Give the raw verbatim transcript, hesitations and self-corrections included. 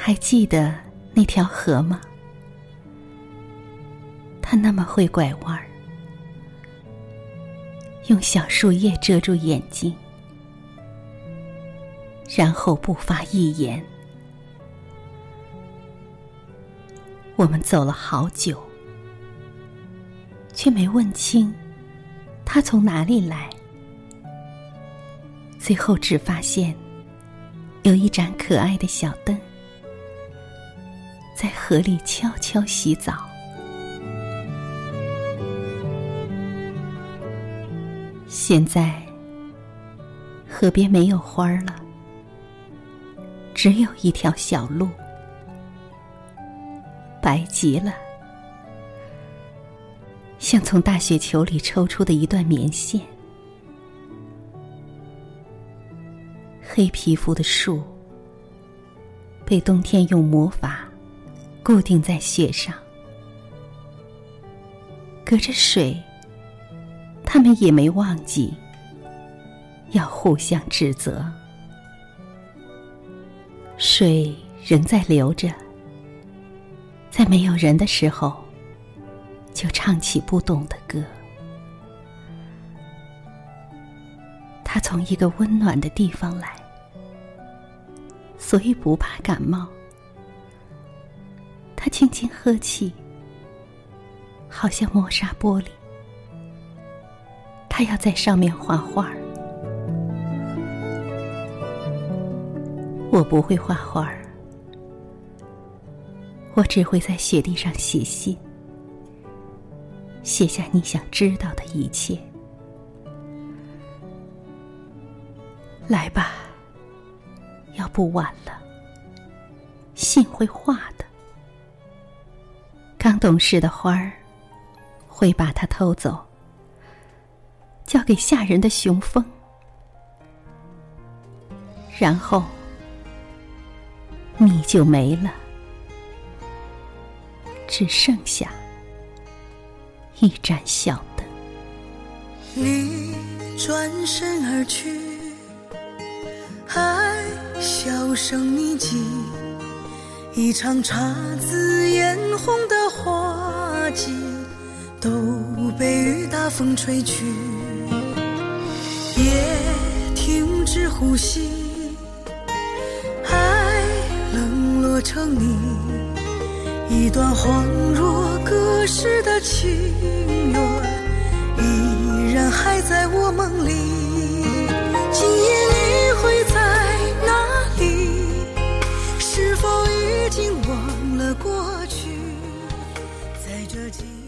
还记得那条河吗？它那么会拐弯儿，用小树叶遮住眼睛，然后不发一言。我们走了好久，却没问清他从哪里来。最后只发现有一盏可爱的小灯在河里悄悄洗澡。现在河边没有花了，只有一条小路，白极了，像从大雪球里抽出的一段棉线。黑皮肤的树被冬天用魔法固定在雪上，隔着水，他们也没忘记要互相指责。水仍在流着，在没有人的时候就唱起不懂的歌。他从一个温暖的地方来，所以不怕感冒。他轻轻呵气，好像磨砂玻璃。他要在上面画画。我不会画画，我只会在雪地上写信，写下你想知道的一切。来吧，要不晚了，信会化的。刚懂事的花儿会把它偷走，交给吓人的雄风，然后蜜就没了，只剩下一盏小灯。 你转身而去，爱销声匿迹，一场姹紫嫣红的花季都被雨打风吹去，也停止呼吸，爱冷落成泥，一段恍若隔世的情缘依然还在我梦里。今夜你会在哪里？是否已经忘了过去？在这寂